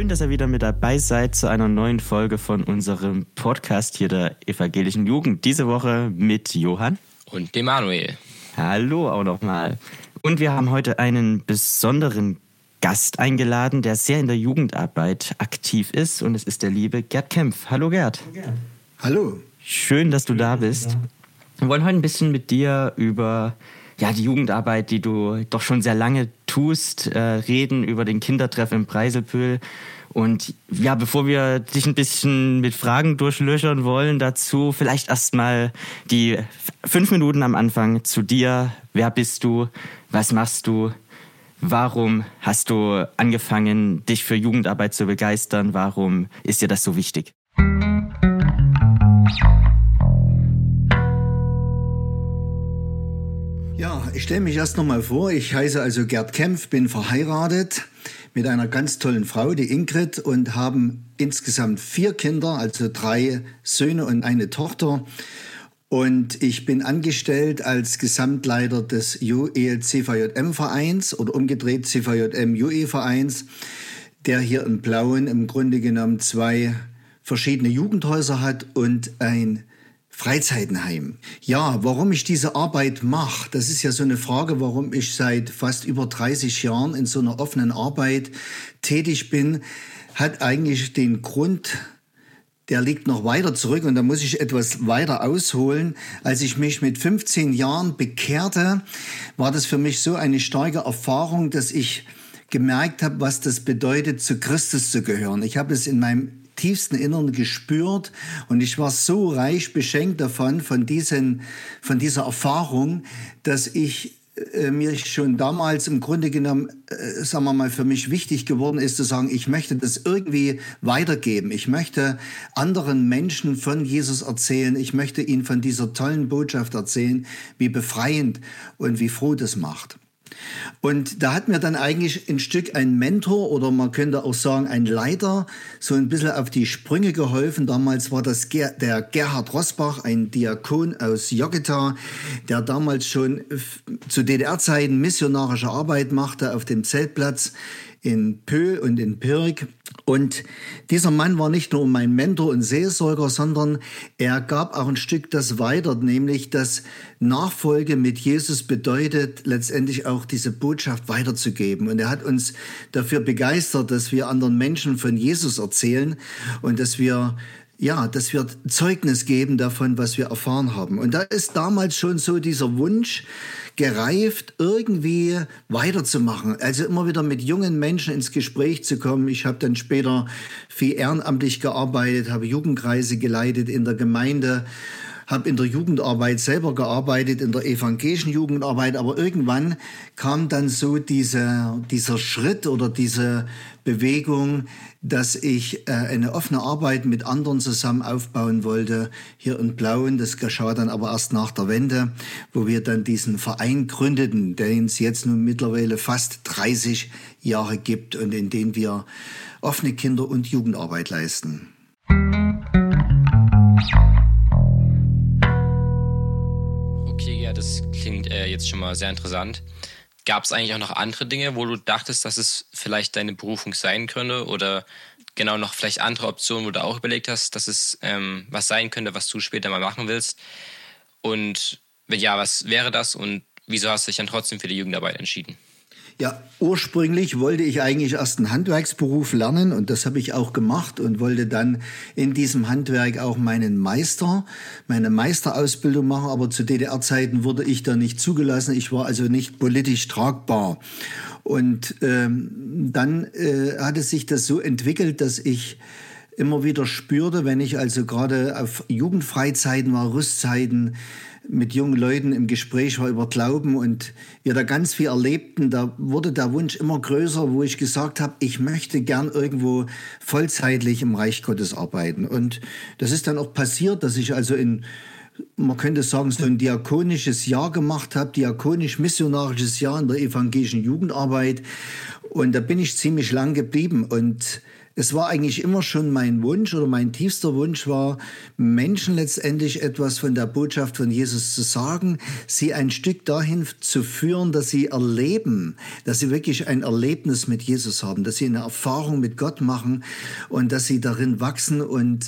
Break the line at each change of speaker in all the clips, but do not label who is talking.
Schön, dass ihr wieder mit dabei seid zu einer neuen Folge von unserem Podcast hier der Evangelischen Jugend. Diese Woche mit Johann
und dem Manuel.
Hallo auch nochmal. Und wir haben heute einen besonderen Gast eingeladen, der sehr in der Jugendarbeit aktiv ist. Und es ist der liebe Gerd Kempf. Hallo Gerd.
Hallo.
Schön, dass du da bist. Wir wollen heute ein bisschen mit dir über die Jugendarbeit, die du doch schon sehr lange tust, reden, über den Kindertreff im Preiselbühl. Und ja, bevor wir dich ein bisschen mit Fragen durchlöchern wollen dazu, vielleicht erstmal die 5 Minuten am Anfang zu dir. Wer bist du? Was machst du? Warum hast du angefangen, dich für Jugendarbeit zu begeistern? Warum ist dir das so wichtig?
Ja, ich stelle mich erst noch mal vor. Ich heiße also Gerd Kempf, bin verheiratet mit einer ganz tollen Frau, die Ingrid, und haben insgesamt 4 Kinder, also 3 Söhne und eine Tochter. Und ich bin angestellt als Gesamtleiter des JUEL-CVJM-Vereins oder umgedreht CVJM-JUE-Vereins, der hier in Plauen im Grunde genommen 2 verschiedene Jugendhäuser hat und ein Freizeitenheim. Ja, warum ich diese Arbeit mache, das ist ja so eine Frage, warum ich seit fast über 30 Jahren in so einer offenen Arbeit tätig bin, hat eigentlich den Grund, der liegt noch weiter zurück und da muss ich etwas weiter ausholen. Als ich mich mit 15 Jahren bekehrte, war das für mich so eine starke Erfahrung, dass ich gemerkt habe, was das bedeutet, zu Christus zu gehören. Ich habe es in meinem tiefsten Inneren gespürt und ich war so reich beschenkt davon, von dieser Erfahrung, dass ich mir schon damals im Grunde genommen, sagen wir mal, für mich wichtig geworden ist zu sagen, ich möchte das irgendwie weitergeben. Ich möchte anderen Menschen von Jesus erzählen. Ich möchte ihnen von dieser tollen Botschaft erzählen, wie befreiend und wie froh das macht. Und da hat mir dann eigentlich ein Stück ein Mentor oder man könnte auch sagen ein Leiter so ein bisschen auf die Sprünge geholfen. Damals war das der Gerhard Rosbach, ein Diakon aus Joketa, der damals schon zu DDR-Zeiten missionarische Arbeit machte auf dem Zeltplatz in Pöhl und in Pirk. Und dieser Mann war nicht nur mein Mentor und Seelsorger, sondern er gab auch ein Stück das weiter, nämlich dass Nachfolge mit Jesus bedeutet, letztendlich auch diese Botschaft weiterzugeben. Und er hat uns dafür begeistert, dass wir anderen Menschen von Jesus erzählen und dass wir Zeugnis geben davon, was wir erfahren haben. Und da ist damals schon so dieser Wunsch gereift, irgendwie weiterzumachen. Also immer wieder mit jungen Menschen ins Gespräch zu kommen. Ich habe dann später viel ehrenamtlich gearbeitet, habe Jugendkreise geleitet in der Gemeinde, habe in der Jugendarbeit selber gearbeitet, in der evangelischen Jugendarbeit, aber irgendwann kam dann so dieser Schritt oder diese Bewegung, dass ich eine offene Arbeit mit anderen zusammen aufbauen wollte, hier in Plauen. Das geschah dann aber erst nach der Wende, wo wir dann diesen Verein gründeten, den es jetzt nun mittlerweile fast 30 Jahre gibt und in dem wir offene Kinder- und Jugendarbeit leisten.
Okay, ja, das klingt jetzt schon mal sehr interessant. Gab es eigentlich auch noch andere Dinge, wo du dachtest, dass es vielleicht deine Berufung sein könnte oder genau noch vielleicht andere Optionen, wo du auch überlegt hast, dass es was sein könnte, was du später mal machen willst? Und wenn ja, was wäre das und wieso hast du dich dann trotzdem für die Jugendarbeit entschieden?
Ja, ursprünglich wollte ich eigentlich erst einen Handwerksberuf lernen und das habe ich auch gemacht und wollte dann in diesem Handwerk auch meine Meisterausbildung machen, aber zu DDR-Zeiten wurde ich da nicht zugelassen. Ich war also nicht politisch tragbar. Und dann hat es sich das so entwickelt, dass ich immer wieder spürte, wenn ich also gerade auf Jugendfreizeiten war, Rüstzeiten, mit jungen Leuten im Gespräch war über Glauben und wir da ganz viel erlebten, da wurde der Wunsch immer größer, wo ich gesagt habe, ich möchte gern irgendwo vollzeitlich im Reich Gottes arbeiten. Und das ist dann auch passiert, dass ich also man könnte sagen, so ein diakonisches Jahr gemacht habe, diakonisch-missionarisches Jahr in der evangelischen Jugendarbeit. Und da bin ich ziemlich lang geblieben und Es war eigentlich immer schon mein Wunsch oder mein tiefster Wunsch war, Menschen letztendlich etwas von der Botschaft von Jesus zu sagen, sie ein Stück dahin zu führen, dass sie erleben, dass sie wirklich ein Erlebnis mit Jesus haben, dass sie eine Erfahrung mit Gott machen und dass sie darin wachsen und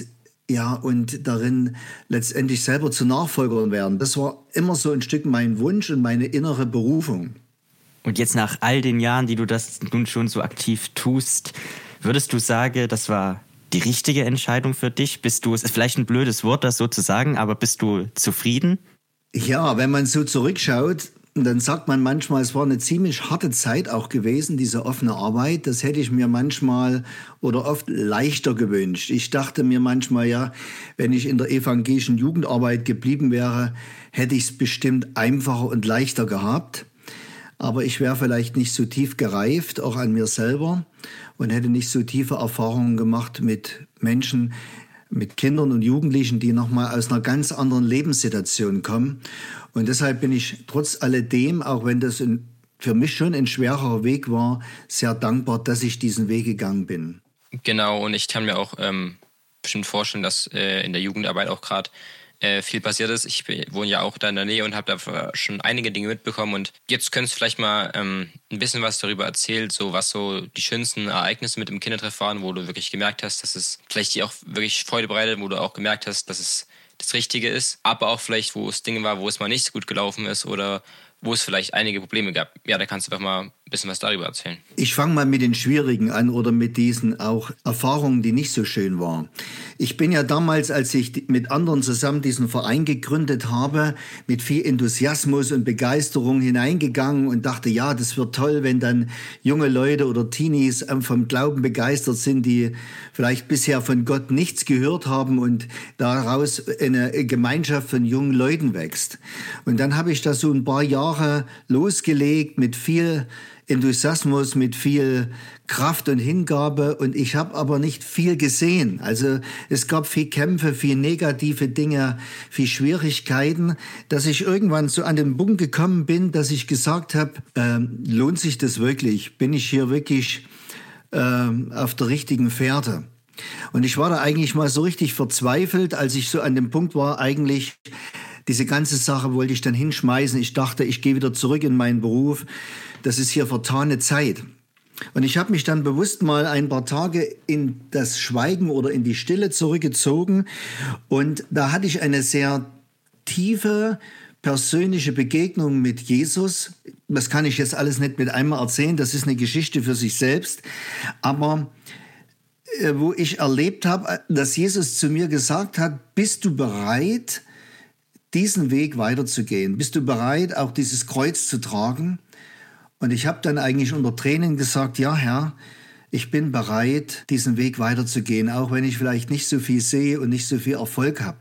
darin letztendlich selber zu Nachfolgern werden. Das war immer so ein Stück mein Wunsch und meine innere Berufung.
Und jetzt nach all den Jahren, die du das nun schon so aktiv tust, würdest du sagen, das war die richtige Entscheidung für dich? Es ist vielleicht ein blödes Wort, das so zu sagen, aber bist du zufrieden?
Ja, wenn man so zurückschaut, dann sagt man manchmal, es war eine ziemlich harte Zeit auch gewesen, diese offene Arbeit. Das hätte ich mir manchmal oder oft leichter gewünscht. Ich dachte mir manchmal, ja, wenn ich in der evangelischen Jugendarbeit geblieben wäre, hätte ich es bestimmt einfacher und leichter gehabt. Aber ich wäre vielleicht nicht so tief gereift, auch an mir selber, und hätte nicht so tiefe Erfahrungen gemacht mit Menschen, mit Kindern und Jugendlichen, die nochmal aus einer ganz anderen Lebenssituation kommen. Und deshalb bin ich trotz alledem, auch wenn das für mich schon ein schwerer Weg war, sehr dankbar, dass ich diesen Weg gegangen bin.
Genau, und ich kann mir auch bestimmt vorstellen, dass in der Jugendarbeit auch gerade viel passiert ist. Ich wohne ja auch da in der Nähe und habe da schon einige Dinge mitbekommen. Und jetzt könntest du vielleicht mal ein bisschen was darüber erzählen, so was so die schönsten Ereignisse mit dem Kindertreff waren, wo du wirklich gemerkt hast, dass es vielleicht dir auch wirklich Freude bereitet, wo du auch gemerkt hast, dass es das Richtige ist, aber auch vielleicht, wo es Dinge war, wo es mal nicht so gut gelaufen ist oder wo es vielleicht einige Probleme gab. Ja, da kannst du doch mal ein bisschen was darüber erzählen.
Ich fange mal mit den Schwierigen an oder mit diesen auch Erfahrungen, die nicht so schön waren. Ich bin ja damals, als ich mit anderen zusammen diesen Verein gegründet habe, mit viel Enthusiasmus und Begeisterung hineingegangen und dachte, ja, das wird toll, wenn dann junge Leute oder Teenies vom Glauben begeistert sind, die vielleicht bisher von Gott nichts gehört haben und daraus eine Gemeinschaft von jungen Leuten wächst. Und dann habe ich das so ein paar Jahre losgelegt mit viel Enthusiasmus, mit viel Kraft und Hingabe, und ich habe aber nicht viel gesehen. Also es gab viel Kämpfe, viel negative Dinge, viel Schwierigkeiten, dass ich irgendwann so an den Punkt gekommen bin, dass ich gesagt habe, lohnt sich das wirklich? Bin ich hier wirklich auf der richtigen Fährte? Und ich war da eigentlich mal so richtig verzweifelt, als ich so an dem Punkt war, eigentlich diese ganze Sache wollte ich dann hinschmeißen. Ich dachte, ich gehe wieder zurück in meinen Beruf. Das ist hier vertane Zeit. Und ich habe mich dann bewusst mal ein paar Tage in das Schweigen oder in die Stille zurückgezogen. Und da hatte ich eine sehr tiefe persönliche Begegnung mit Jesus. Das kann ich jetzt alles nicht mit einmal erzählen. Das ist eine Geschichte für sich selbst. Aber wo ich erlebt habe, dass Jesus zu mir gesagt hat, bist du bereit, diesen Weg weiterzugehen? Bist du bereit, auch dieses Kreuz zu tragen? Und ich habe dann eigentlich unter Tränen gesagt, ja Herr, ich bin bereit, diesen Weg weiterzugehen, auch wenn ich vielleicht nicht so viel sehe und nicht so viel Erfolg habe.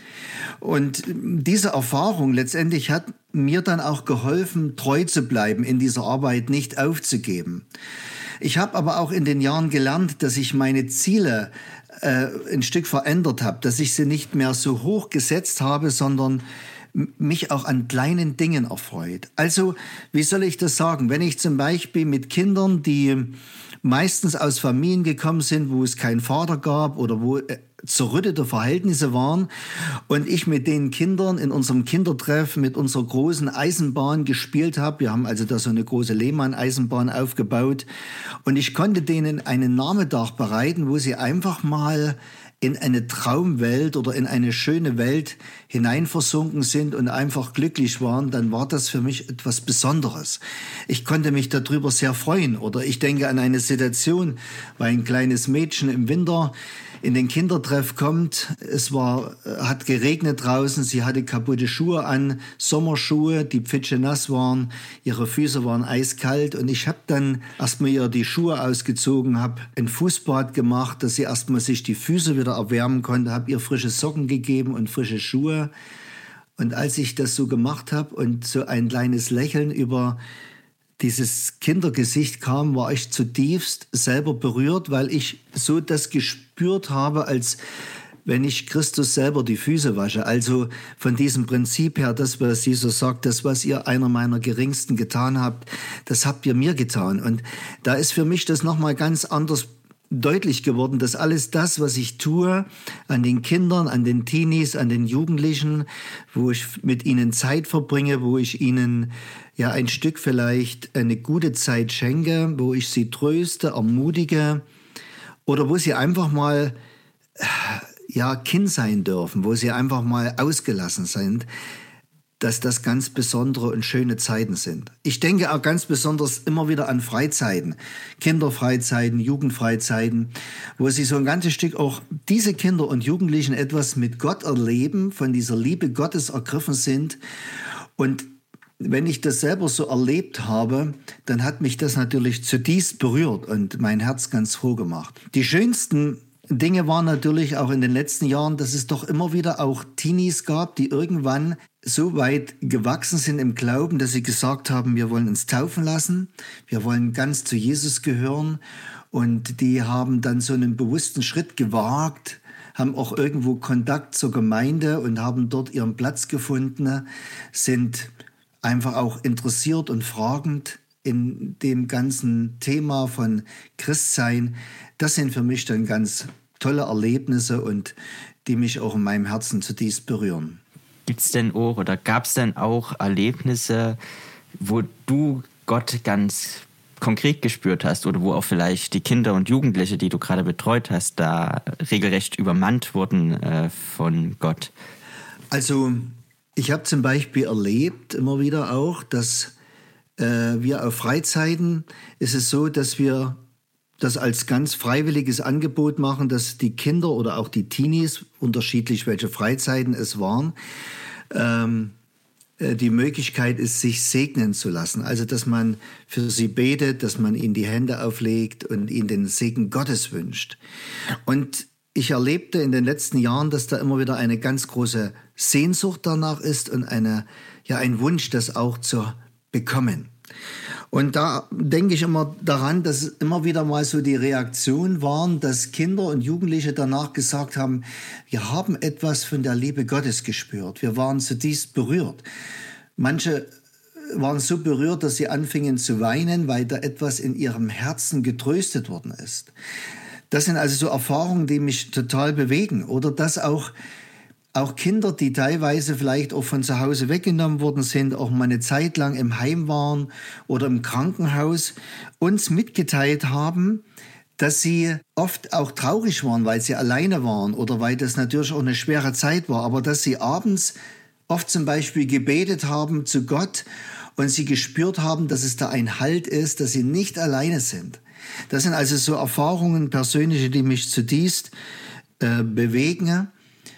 Und diese Erfahrung letztendlich hat mir dann auch geholfen, treu zu bleiben in dieser Arbeit, nicht aufzugeben. Ich habe aber auch in den Jahren gelernt, dass ich meine Ziele ein Stück verändert habe, dass ich sie nicht mehr so hoch gesetzt habe, sondern mich auch an kleinen Dingen erfreut. Also, wie soll ich das sagen? Wenn ich zum Beispiel mit Kindern, die meistens aus Familien gekommen sind, wo es keinen Vater gab oder wo zerrüttete Verhältnisse waren, und ich mit den Kindern in unserem Kindertreff mit unserer großen Eisenbahn gespielt habe. Wir haben also da so eine große Lehmann-Eisenbahn aufgebaut, und ich konnte denen einen Nachmittag bereiten, wo sie einfach mal in eine Traumwelt oder in eine schöne Welt hineinversunken sind und einfach glücklich waren, dann war das für mich etwas Besonderes. Ich konnte mich darüber sehr freuen. Oder ich denke an eine Situation, wo ein kleines Mädchen im Winter in den Kindertreff kommt. Hat geregnet draußen, sie hatte kaputte Schuhe an, Sommerschuhe, die pfitschenass waren, ihre Füße waren eiskalt, und ich habe dann erstmal ihr die Schuhe ausgezogen, habe ein Fußbad gemacht, dass sie erstmal sich die Füße wieder erwärmen konnte, habe ihr frische Socken gegeben und frische Schuhe. Und als ich das so gemacht habe und so ein kleines Lächeln über dieses Kindergesicht kam, war ich zutiefst selber berührt, weil ich so das gespürt habe, als wenn ich Christus selber die Füße wasche. Also von diesem Prinzip her, das, was Jesus sagt, das, was ihr einer meiner Geringsten getan habt, das habt ihr mir getan. Und da ist für mich das nochmal ganz anders deutlich geworden, dass alles das, was ich tue, an den Kindern, an den Teenies, an den Jugendlichen, wo ich mit ihnen Zeit verbringe, wo ich ihnen ja ein Stück vielleicht eine gute Zeit schenke, wo ich sie tröste, ermutige oder wo sie einfach mal Kind sein dürfen, wo sie einfach mal ausgelassen sind, dass das ganz besondere und schöne Zeiten sind. Ich denke auch ganz besonders immer wieder an Freizeiten, Kinderfreizeiten, Jugendfreizeiten, wo sie so ein ganzes Stück auch diese Kinder und Jugendlichen etwas mit Gott erleben, von dieser Liebe Gottes ergriffen sind. Und wenn ich das selber so erlebt habe, dann hat mich das natürlich zutiefst berührt und mein Herz ganz froh gemacht. Die schönsten Dinge waren natürlich auch in den letzten Jahren, dass es doch immer wieder auch Teenies gab, die irgendwann so weit gewachsen sind im Glauben, dass sie gesagt haben, wir wollen uns taufen lassen, wir wollen ganz zu Jesus gehören. Und die haben dann so einen bewussten Schritt gewagt, haben auch irgendwo Kontakt zur Gemeinde und haben dort ihren Platz gefunden, sind einfach auch interessiert und fragend in dem ganzen Thema von Christsein. Das sind für mich dann ganz tolle Erlebnisse und die mich auch in meinem Herzen zutiefst berühren.
Gibt es denn auch oder gab es denn auch Erlebnisse, wo du Gott ganz konkret gespürt hast oder wo auch vielleicht die Kinder und Jugendliche, die du gerade betreut hast, da regelrecht übermannt wurden von Gott?
Also ich habe zum Beispiel erlebt, immer wieder auch, dass wir auf Freizeiten, ist es so, dass wir das als ganz freiwilliges Angebot machen, dass die Kinder oder auch die Teenies, unterschiedlich welche Freizeiten es waren, die Möglichkeit ist, sich segnen zu lassen. Also, dass man für sie betet, dass man ihnen die Hände auflegt und ihnen den Segen Gottes wünscht. Und ich erlebte in den letzten Jahren, dass da immer wieder eine ganz große Sehnsucht danach ist und ein Wunsch, das auch zu bekommen. Und da denke ich immer daran, dass immer wieder mal so die Reaktion waren, dass Kinder und Jugendliche danach gesagt haben, wir haben etwas von der Liebe Gottes gespürt. Wir waren zutiefst berührt. Manche waren so berührt, dass sie anfingen zu weinen, weil da etwas in ihrem Herzen getröstet worden ist. Das sind also so Erfahrungen, die mich total bewegen. Oder dass auch Kinder, die teilweise vielleicht auch von zu Hause weggenommen worden sind, auch mal eine Zeit lang im Heim waren oder im Krankenhaus, uns mitgeteilt haben, dass sie oft auch traurig waren, weil sie alleine waren oder weil das natürlich auch eine schwere Zeit war, aber dass sie abends oft zum Beispiel gebetet haben zu Gott und sie gespürt haben, dass es da ein Halt ist, dass sie nicht alleine sind. Das sind also so Erfahrungen, persönliche, die mich zutiefst bewegen,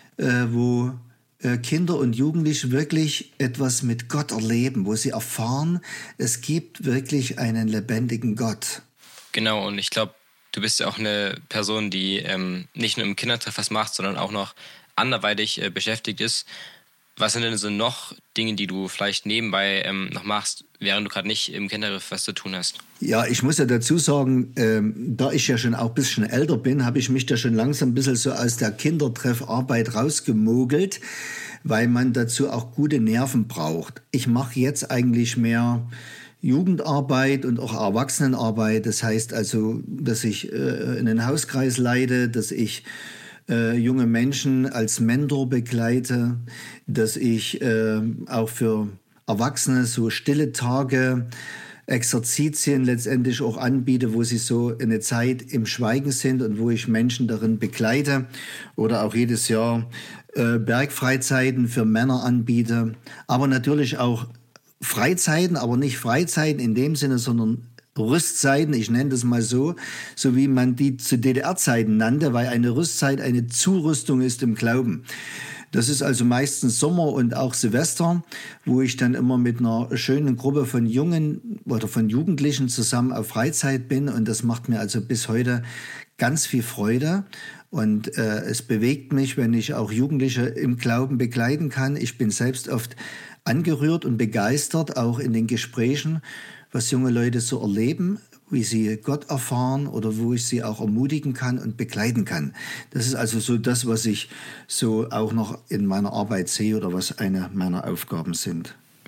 wo Kinder und Jugendliche wirklich etwas mit Gott erleben, wo sie erfahren, es gibt wirklich einen lebendigen Gott.
Genau, und ich glaube, du bist ja auch eine Person, die nicht nur im Kindertreff was macht, sondern auch noch anderweitig beschäftigt ist. Was sind denn so noch Dinge, die du vielleicht nebenbei noch machst, während du gerade nicht im Kindertreff was zu tun hast?
Ja, ich muss ja dazu sagen, da ich ja schon auch ein bisschen älter bin, habe ich mich da schon langsam ein bisschen so aus der Kindertreffarbeit rausgemogelt, weil man dazu auch gute Nerven braucht. Ich mache jetzt eigentlich mehr Jugendarbeit und auch Erwachsenenarbeit. Das heißt also, dass ich einen Hauskreis leite, dass ich junge Menschen als Mentor begleite, dass ich auch für Erwachsene so stille Tage, Exerzitien letztendlich auch anbiete, wo sie so eine Zeit im Schweigen sind und wo ich Menschen darin begleite oder auch jedes Jahr Bergfreizeiten für Männer anbiete, aber natürlich auch Freizeiten, aber nicht Freizeiten in dem Sinne, sondern Rüstzeiten, ich nenne das mal so wie man die zu DDR-Zeiten nannte, weil eine Rüstzeit eine Zurüstung ist im Glauben. Das ist also meistens Sommer und auch Silvester, wo ich dann immer mit einer schönen Gruppe von Jungen oder von Jugendlichen zusammen auf Freizeit bin und das macht mir also bis heute ganz viel Freude und es bewegt mich, wenn ich auch Jugendliche im Glauben begleiten kann. Ich bin selbst oft angerührt und begeistert, auch in den Gesprächen, was junge Leute so erleben, wie sie Gott erfahren oder wo ich sie auch ermutigen kann und begleiten kann. Das ist also so das, was ich so auch noch in meiner Arbeit sehe oder was eine meiner Aufgaben sind.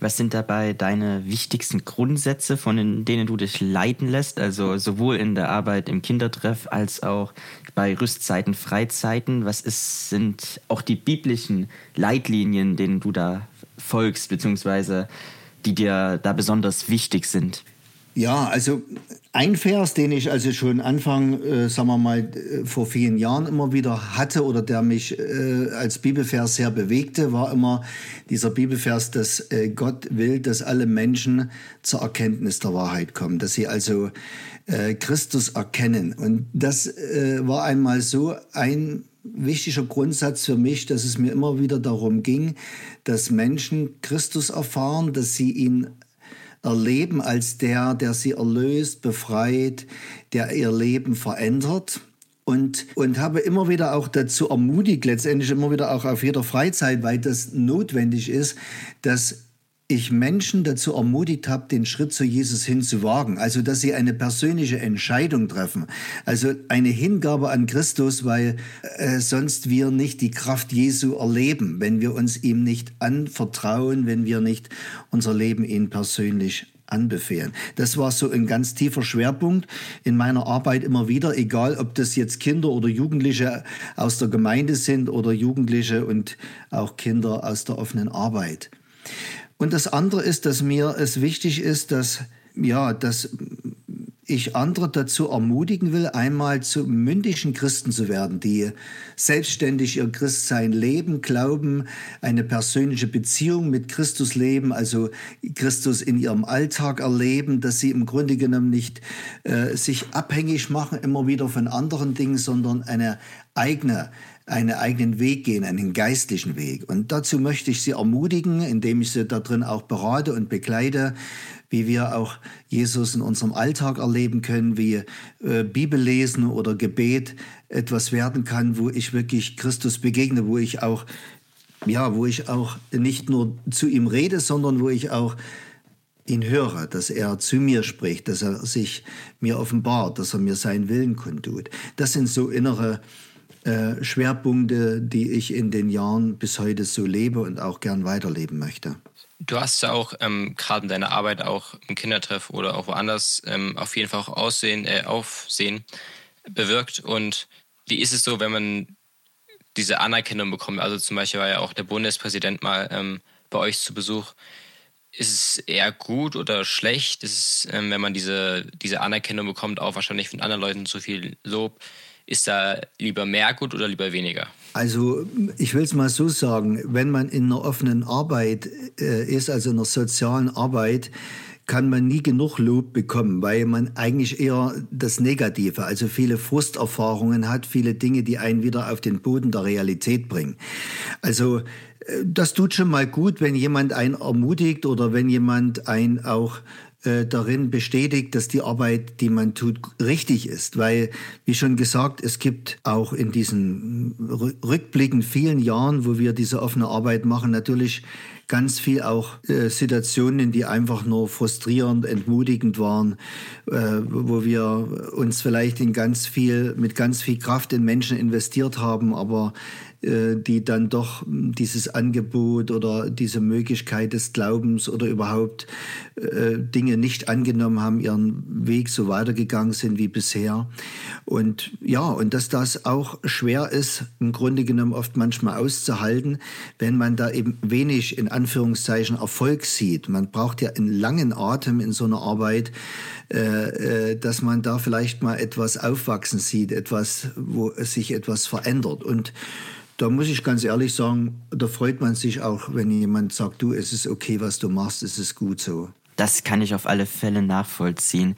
Was sind dabei deine wichtigsten Grundsätze, von denen du dich leiten lässt? Also sowohl in der Arbeit im Kindertreff als auch bei Rüstzeiten, Freizeiten. Sind auch die biblischen Leitlinien, denen du da folgst, beziehungsweise die dir da besonders wichtig sind?
Ja, also ein Vers, den ich also schon sagen wir mal, vor vielen Jahren immer wieder hatte oder der mich als Bibelvers sehr bewegte, war immer dieser Bibelvers, dass Gott will, dass alle Menschen zur Erkenntnis der Wahrheit kommen, dass sie also Christus erkennen. Und das war einmal so ein wichtiger Grundsatz für mich, dass es mir immer wieder darum ging, dass Menschen Christus erfahren, dass sie ihn erleben als der sie erlöst, befreit, der ihr Leben verändert. Und habe immer wieder auch dazu ermutigt, letztendlich immer wieder auch auf jeder Freizeit, weil das notwendig ist, dass ich Menschen dazu ermutigt habe, den Schritt zu Jesus hinzuwagen. Also, dass sie eine persönliche Entscheidung treffen. Also eine Hingabe an Christus, weil sonst wir nicht die Kraft Jesu erleben, wenn wir uns ihm nicht anvertrauen, wenn wir nicht unser Leben ihm persönlich anbefehlen. Das war so ein ganz tiefer Schwerpunkt in meiner Arbeit immer wieder, egal ob das jetzt Kinder oder Jugendliche aus der Gemeinde sind oder Jugendliche und auch Kinder aus der offenen Arbeit. Und das andere ist, dass mir es wichtig ist, dass ich andere dazu ermutigen will, einmal zu mündigen Christen zu werden, die selbstständig ihr Christsein leben, glauben, eine persönliche Beziehung mit Christus leben, also Christus in ihrem Alltag erleben, dass sie im Grunde genommen nicht sich abhängig machen, immer wieder von anderen Dingen, sondern einen eigenen Weg gehen, einen geistlichen Weg. Und dazu möchte ich Sie ermutigen, indem ich Sie da drin auch berate und begleite, wie wir auch Jesus in unserem Alltag erleben können, wie Bibellesen oder Gebet etwas werden kann, wo ich wirklich Christus begegne, wo ich auch nicht nur zu ihm rede, sondern wo ich auch ihn höre, dass er zu mir spricht, dass er sich mir offenbart, dass er mir seinen Willen kundtut. Das sind so innere Schwerpunkte, die ich in den Jahren bis heute so lebe und auch gern weiterleben möchte.
Du hast ja auch gerade in deiner Arbeit auch im Kindertreff oder auch woanders auf jeden Fall auch Aufsehen bewirkt. Und wie ist es so, wenn man diese Anerkennung bekommt? Also zum Beispiel war ja auch der Bundespräsident mal bei euch zu Besuch. Ist es eher gut oder schlecht? Ist es, wenn man diese Anerkennung bekommt, auch wahrscheinlich von anderen Leuten so viel Lob? Ist da lieber mehr gut oder lieber weniger?
Also ich will es mal so sagen, wenn man in einer offenen Arbeit ist, also in einer sozialen Arbeit, kann man nie genug Lob bekommen, weil man eigentlich eher das Negative, also viele Frusterfahrungen hat, viele Dinge, die einen wieder auf den Boden der Realität bringen. Also das tut schon mal gut, wenn jemand einen ermutigt oder wenn jemand einen auch darin bestätigt, dass die Arbeit, die man tut, richtig ist. Weil, wie schon gesagt, es gibt auch in diesen rückblickend vielen Jahren, wo wir diese offene Arbeit machen, natürlich ganz viel auch Situationen, die einfach nur frustrierend, entmutigend waren, wo wir uns vielleicht mit ganz viel Kraft in Menschen investiert haben, aber die dann doch dieses Angebot oder diese Möglichkeit des Glaubens oder überhaupt Dinge nicht angenommen haben, ihren Weg so weitergegangen sind wie bisher. Und ja, und dass das auch schwer ist, im Grunde genommen oft manchmal auszuhalten, wenn man da eben wenig in Anführungszeichen Erfolg sieht. Man braucht ja einen langen Atem in so einer Arbeit, dass man da vielleicht mal etwas aufwachsen sieht, wo sich etwas verändert. Und da muss ich ganz ehrlich sagen, da freut man sich auch, wenn jemand sagt, du, es ist okay, was du machst, es ist gut so.
Das kann ich auf alle Fälle nachvollziehen.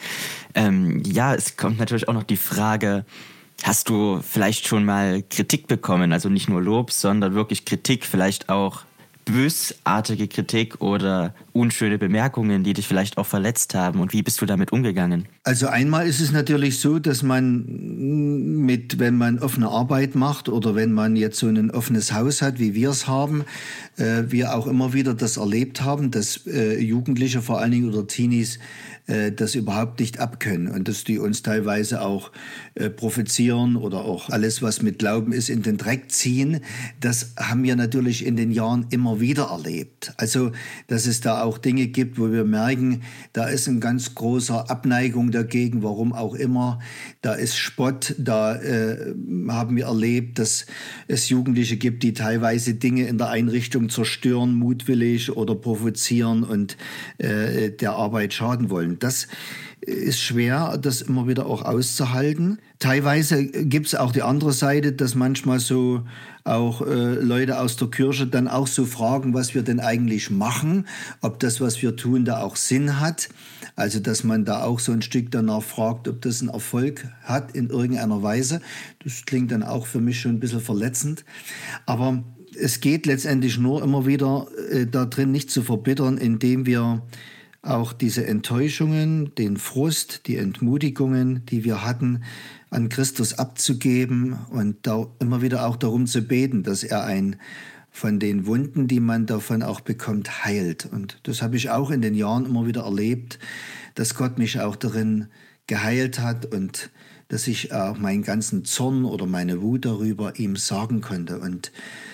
Es kommt natürlich auch noch die Frage, hast du vielleicht schon mal Kritik bekommen? Also nicht nur Lob, sondern wirklich Kritik, vielleicht auch bösartige Kritik oder unschöne Bemerkungen, die dich vielleicht auch verletzt haben. Und wie bist du damit umgegangen?
Also einmal ist es natürlich so, dass man wenn man offene Arbeit macht oder wenn man jetzt so ein offenes Haus hat, wie wir es haben, wir auch immer wieder das erlebt haben, dass Jugendliche vor allen Dingen oder Teenies das überhaupt nicht abkönnen und dass die uns teilweise auch provozieren oder auch alles, was mit Glauben ist, in den Dreck ziehen. Das haben wir natürlich in den Jahren immer wieder erlebt. Also, dass es da auch Dinge gibt, wo wir merken, da ist ein ganz großer Abneigung dagegen, warum auch immer. Da ist Spott, da haben wir erlebt, dass es Jugendliche gibt, die teilweise Dinge in der Einrichtung zerstören, mutwillig oder provozieren und der Arbeit schaden wollen. Das ist schwer, das immer wieder auch auszuhalten. Teilweise gibt es auch die andere Seite, dass manchmal so auch Leute aus der Kirche dann auch so fragen, was wir denn eigentlich machen, ob das, was wir tun, da auch Sinn hat. Also, dass man da auch so ein Stück danach fragt, ob das einen Erfolg hat in irgendeiner Weise. Das klingt dann auch für mich schon ein bisschen verletzend. Aber es geht letztendlich nur immer wieder da drin nicht zu verbittern, indem wir auch diese Enttäuschungen, den Frust, die Entmutigungen, die wir hatten, an Christus abzugeben und da immer wieder auch darum zu beten, dass er ein von den Wunden, die man davon auch bekommt, heilt. Und das habe ich auch in den Jahren immer wieder erlebt, dass Gott mich auch darin geheilt hat und dass ich auch meinen ganzen Zorn oder meine Wut darüber ihm sagen konnte. Und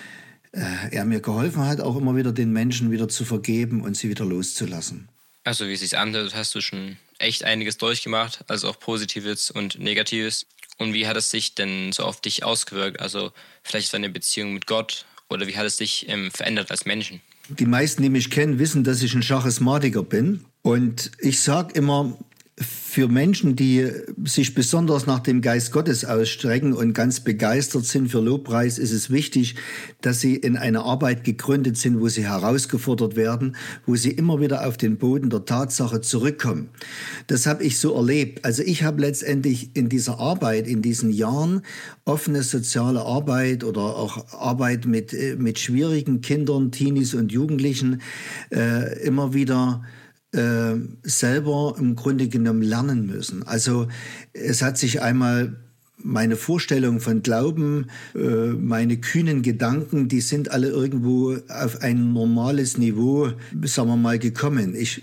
er mir geholfen hat, auch immer wieder den Menschen wieder zu vergeben und sie wieder loszulassen.
Also wie es sich anhört, hast du schon echt einiges durchgemacht, also auch Positives und Negatives. Und wie hat es sich denn so auf dich ausgewirkt? Also vielleicht deine Beziehung mit Gott oder wie hat es dich verändert als Menschen?
Die meisten, die mich kennen, wissen, dass ich ein Charismatiker bin. Und ich sage immer, für Menschen, die sich besonders nach dem Geist Gottes ausstrecken und ganz begeistert sind für Lobpreis, ist es wichtig, dass sie in eine Arbeit gegründet sind, wo sie herausgefordert werden, wo sie immer wieder auf den Boden der Tatsache zurückkommen. Das habe ich so erlebt. Also ich habe letztendlich in dieser Arbeit, in diesen Jahren, offene soziale Arbeit oder auch Arbeit mit schwierigen Kindern, Teenies und Jugendlichen immer wieder selber im Grunde genommen lernen müssen. Also es hat sich einmal meine Vorstellung von Glauben, meine kühnen Gedanken, die sind alle irgendwo auf ein normales Niveau, sagen wir mal, gekommen. Ich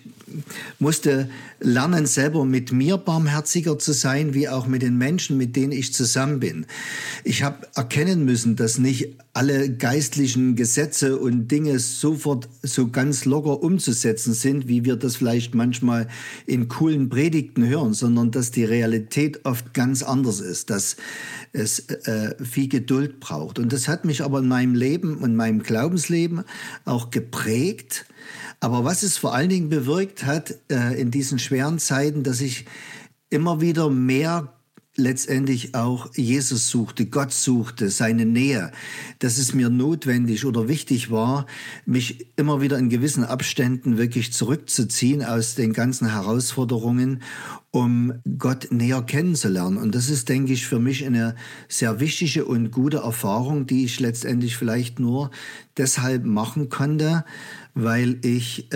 musste lernen, selber mit mir barmherziger zu sein, wie auch mit den Menschen, mit denen ich zusammen bin. Ich habe erkennen müssen, dass nicht alle geistlichen Gesetze und Dinge sofort so ganz locker umzusetzen sind, wie wir das vielleicht manchmal in coolen Predigten hören, sondern dass die Realität oft ganz anders ist, dass es viel Geduld braucht. Und das hat mich aber in meinem Leben und meinem Glaubensleben auch geprägt. Aber was es vor allen Dingen bewirkt hat in diesen schweren Zeiten, dass ich immer wieder mehr letztendlich auch Jesus suchte, Gott suchte, seine Nähe, dass es mir notwendig oder wichtig war, mich immer wieder in gewissen Abständen wirklich zurückzuziehen aus den ganzen Herausforderungen, um Gott näher kennenzulernen. Und das ist, denke ich, für mich eine sehr wichtige und gute Erfahrung, die ich letztendlich vielleicht nur deshalb machen konnte, weil ich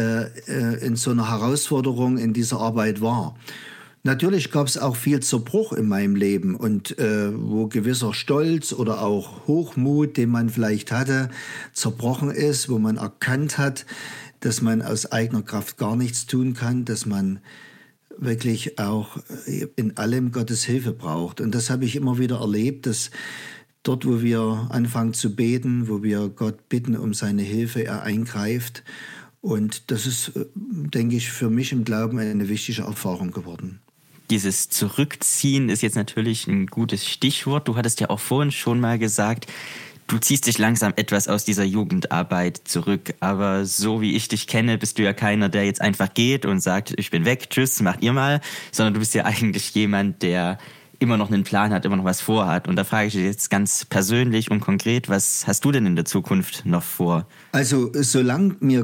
in so einer Herausforderung in dieser Arbeit war. Natürlich gab es auch viel Zerbruch in meinem Leben und wo gewisser Stolz oder auch Hochmut, den man vielleicht hatte, zerbrochen ist, wo man erkannt hat, dass man aus eigener Kraft gar nichts tun kann, dass man wirklich auch in allem Gottes Hilfe braucht. Und das habe ich immer wieder erlebt, dass dort, wo wir anfangen zu beten, wo wir Gott bitten um seine Hilfe, er eingreift. Und das ist, denke ich, für mich im Glauben eine wichtige Erfahrung geworden.
Dieses Zurückziehen ist jetzt natürlich ein gutes Stichwort. Du hattest ja auch vorhin schon mal gesagt, du ziehst dich langsam etwas aus dieser Jugendarbeit zurück. Aber so wie ich dich kenne, bist du ja keiner, der jetzt einfach geht und sagt, ich bin weg, tschüss, macht ihr mal. Sondern du bist ja eigentlich jemand, der immer noch einen Plan hat, immer noch was vorhat. Und da frage ich dich jetzt ganz persönlich und konkret, was hast du denn in der Zukunft noch vor?
Also solange mir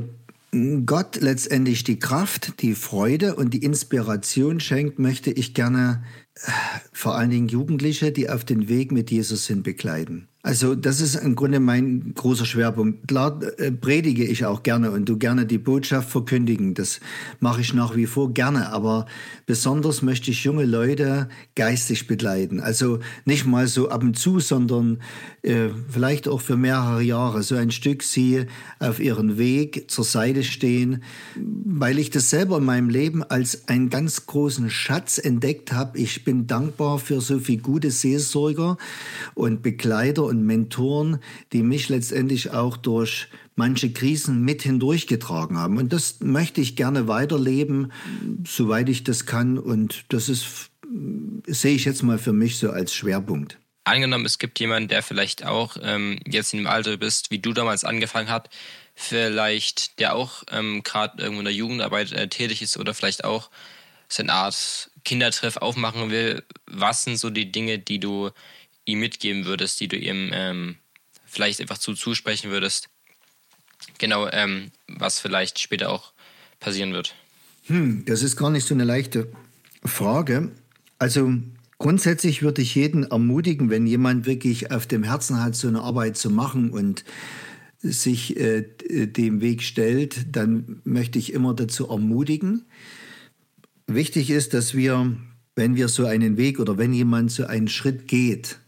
Gott letztendlich die Kraft, die Freude und die Inspiration schenkt, möchte ich gerne vor allen Dingen Jugendliche, die auf den Weg mit Jesus sind, begleiten. Also das ist im Grunde mein großer Schwerpunkt. Klar predige ich auch gerne und du gerne die Botschaft verkündigen. Das mache ich nach wie vor gerne. Aber besonders möchte ich junge Leute geistig begleiten. Also nicht mal so ab und zu, sondern vielleicht auch für mehrere Jahre. So ein Stück sie auf ihren Weg zur Seite stehen. Weil ich das selber in meinem Leben als einen ganz großen Schatz entdeckt habe. Ich bin dankbar für so viele gute Seelsorger und Begleiter und Mentoren, die mich letztendlich auch durch manche Krisen mit hindurchgetragen haben. Und das möchte ich gerne weiterleben, soweit ich das kann. Und das sehe ich jetzt mal für mich so als Schwerpunkt.
Angenommen, es gibt jemanden, der vielleicht auch jetzt in dem Alter bist, wie du damals angefangen hast, vielleicht der auch gerade irgendwo in der Jugendarbeit tätig ist oder vielleicht auch so eine Art Kindertreff aufmachen will. Was sind so die Dinge, die du ihm mitgeben würdest, die du ihm vielleicht einfach zusprechen würdest? Genau, was vielleicht später auch passieren wird.
Das ist gar nicht so eine leichte Frage. Also grundsätzlich würde ich jeden ermutigen, wenn jemand wirklich auf dem Herzen hat, so eine Arbeit zu machen und sich dem Weg stellt, dann möchte ich immer dazu ermutigen. Wichtig ist, dass wir, wenn wir so einen Weg oder wenn jemand so einen Schritt geht,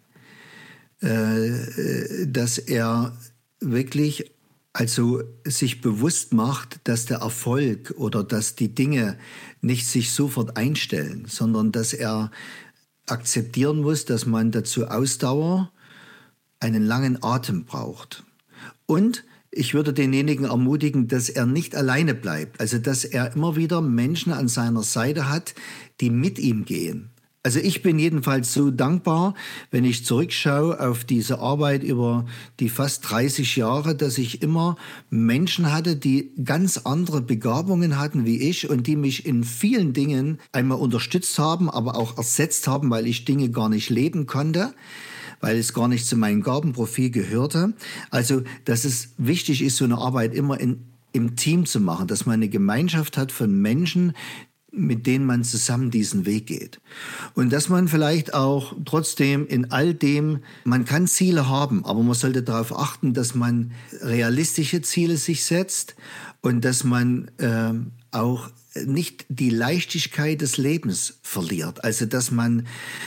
dass er wirklich also sich bewusst macht, dass der Erfolg oder dass die Dinge nicht sich sofort einstellen, sondern dass er akzeptieren muss, dass man dazu Ausdauer, einen langen Atem braucht. Und ich würde denjenigen ermutigen, dass er nicht alleine bleibt, also dass er immer wieder Menschen an seiner Seite hat, die mit ihm gehen. Also ich bin jedenfalls so dankbar, wenn ich zurückschaue auf diese Arbeit über die fast 30 Jahre, dass ich immer Menschen hatte, die ganz andere Begabungen hatten wie ich und die mich in vielen Dingen einmal unterstützt haben, aber auch ersetzt haben, weil ich Dinge gar nicht leben konnte, weil es gar nicht zu meinem Gabenprofil gehörte. Also, dass es wichtig ist, so eine Arbeit immer im Team zu machen, dass man eine Gemeinschaft hat von Menschen, mit denen man zusammen diesen Weg geht. Und dass man vielleicht auch trotzdem in all dem, man kann Ziele haben, aber man sollte darauf achten, dass man realistische Ziele sich setzt und dass man auch nicht die Leichtigkeit des Lebens verliert. Also dass man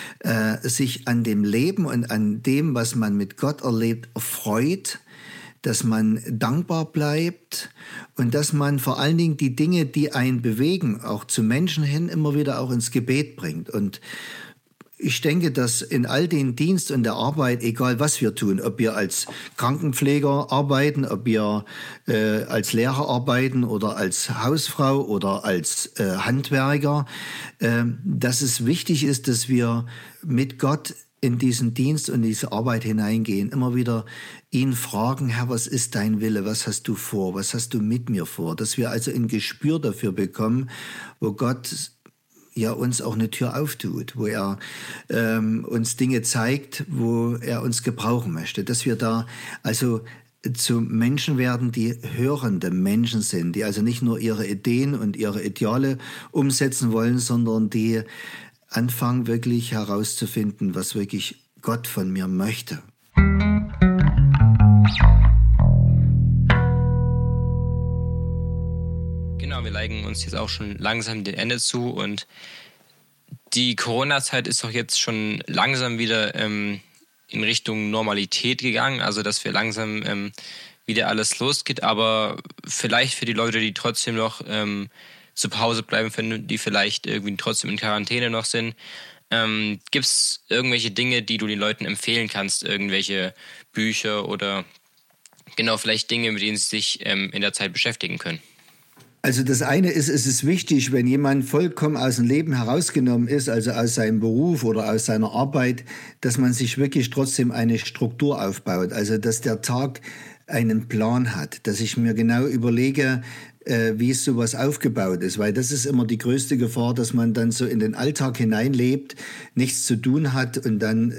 sich an dem Leben und an dem, was man mit Gott erlebt, erfreut, dass man dankbar bleibt und dass man vor allen Dingen die Dinge, die einen bewegen, auch zu Menschen hin, immer wieder auch ins Gebet bringt. Und ich denke, dass in all den Dienst und der Arbeit, egal was wir tun, ob wir als Krankenpfleger arbeiten, ob wir als Lehrer arbeiten oder als Hausfrau oder als Handwerker, dass es wichtig ist, dass wir mit Gott in diesen Dienst und diese Arbeit hineingehen, immer wieder ihn fragen, Herr, was ist dein Wille, was hast du vor, was hast du mit mir vor, dass wir also ein Gespür dafür bekommen, wo Gott ja uns auch eine Tür auftut, wo er uns Dinge zeigt, wo er uns gebrauchen möchte, dass wir da also zu Menschen werden, die hörende Menschen sind, die also nicht nur ihre Ideen und ihre Ideale umsetzen wollen, sondern die anfangen wirklich herauszufinden, was wirklich Gott von mir möchte.
Genau, wir neigen uns jetzt auch schon langsam dem Ende zu und die Corona-Zeit ist doch jetzt schon langsam wieder in Richtung Normalität gegangen, also dass wir langsam wieder alles losgeht, aber vielleicht für die Leute, die trotzdem noch zu Hause bleiben können, die vielleicht irgendwie trotzdem in Quarantäne noch sind. Gibt es irgendwelche Dinge, die du den Leuten empfehlen kannst? Irgendwelche Bücher oder genau vielleicht Dinge, mit denen sie sich in der Zeit beschäftigen können?
Also das eine ist, es ist wichtig, wenn jemand vollkommen aus dem Leben herausgenommen ist, also aus seinem Beruf oder aus seiner Arbeit, dass man sich wirklich trotzdem eine Struktur aufbaut. Also dass der Tag einen Plan hat, dass ich mir genau überlege, wie es sowas aufgebaut ist, weil das ist immer die größte Gefahr, dass man dann so in den Alltag hineinlebt, nichts zu tun hat und dann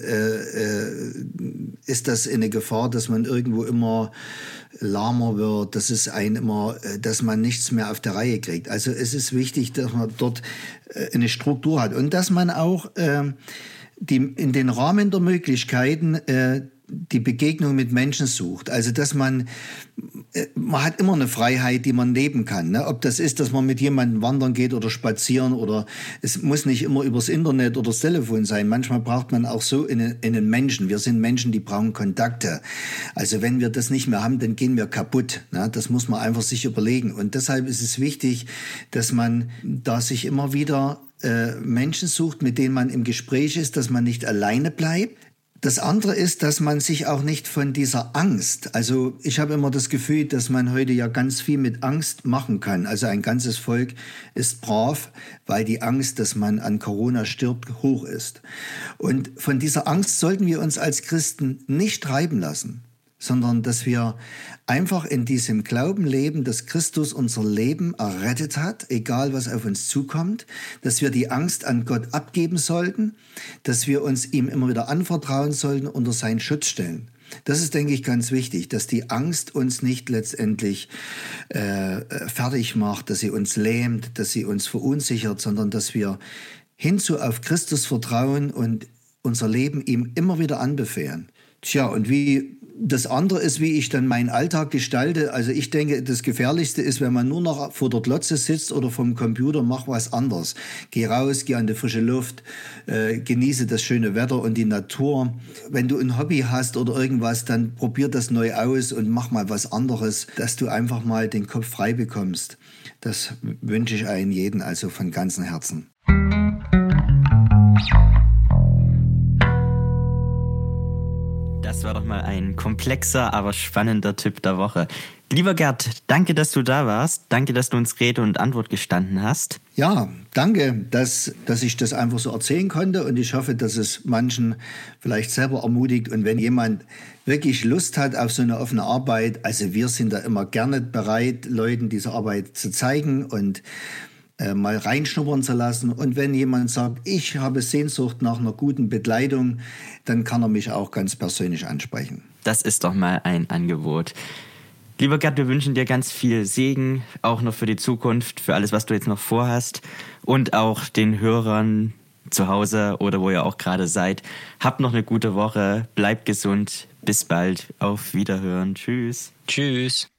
ist das eine Gefahr, dass man irgendwo immer lahmer wird, dass man nichts mehr auf der Reihe kriegt. Also es ist wichtig, dass man dort eine Struktur hat und dass man auch in den Rahmen der Möglichkeiten die Begegnung mit Menschen sucht. Also dass man hat immer eine Freiheit, die man leben kann. Ne? Ob das ist, dass man mit jemandem wandern geht oder spazieren oder es muss nicht immer übers Internet oder das Telefon sein. Manchmal braucht man auch so einen Menschen. Wir sind Menschen, die brauchen Kontakte. Also wenn wir das nicht mehr haben, dann gehen wir kaputt. Ne? Das muss man einfach sich überlegen. Und deshalb ist es wichtig, dass man da sich immer wieder Menschen sucht, mit denen man im Gespräch ist, dass man nicht alleine bleibt. Das andere ist, dass man sich auch nicht von dieser Angst, also ich habe immer das Gefühl, dass man heute ja ganz viel mit Angst machen kann. Also ein ganzes Volk ist brav, weil die Angst, dass man an Corona stirbt, hoch ist. Und von dieser Angst sollten wir uns als Christen nicht treiben lassen, sondern dass wir einfach in diesem Glauben leben, dass Christus unser Leben errettet hat, egal was auf uns zukommt, dass wir die Angst an Gott abgeben sollten, dass wir uns ihm immer wieder anvertrauen sollten, unter seinen Schutz stellen. Das ist, denke ich, ganz wichtig, dass die Angst uns nicht letztendlich fertig macht, dass sie uns lähmt, dass sie uns verunsichert, sondern dass wir hinzu auf Christus vertrauen und unser Leben ihm immer wieder anbefehlen. Tja, und wie das andere ist, wie ich dann meinen Alltag gestalte. Also ich denke, das Gefährlichste ist, wenn man nur noch vor der Glotze sitzt oder vom Computer, mach was anderes. Geh raus, geh an die frische Luft, genieße das schöne Wetter und die Natur. Wenn du ein Hobby hast oder irgendwas, dann probier das neu aus und mach mal was anderes, dass du einfach mal den Kopf frei bekommst. Das wünsche ich allen jeden, also von ganzem Herzen.
Das war doch mal ein komplexer, aber spannender Tipp der Woche. Lieber Gerd, danke, dass du da warst. Danke, dass du uns Rede und Antwort gestanden hast.
Ja, danke, dass ich das einfach so erzählen konnte. Und ich hoffe, dass es manchen vielleicht selber ermutigt. Und wenn jemand wirklich Lust hat auf so eine offene Arbeit, also wir sind da immer gerne bereit, Leuten diese Arbeit zu zeigen und mal reinschnuppern zu lassen. Und wenn jemand sagt, ich habe Sehnsucht nach einer guten Begleitung, dann kann er mich auch ganz persönlich ansprechen.
Das ist doch mal ein Angebot. Lieber Gerd, wir wünschen dir ganz viel Segen, auch noch für die Zukunft, für alles, was du jetzt noch vorhast und auch den Hörern zu Hause oder wo ihr auch gerade seid. Habt noch eine gute Woche, bleibt gesund, bis bald, auf Wiederhören, tschüss.
Tschüss.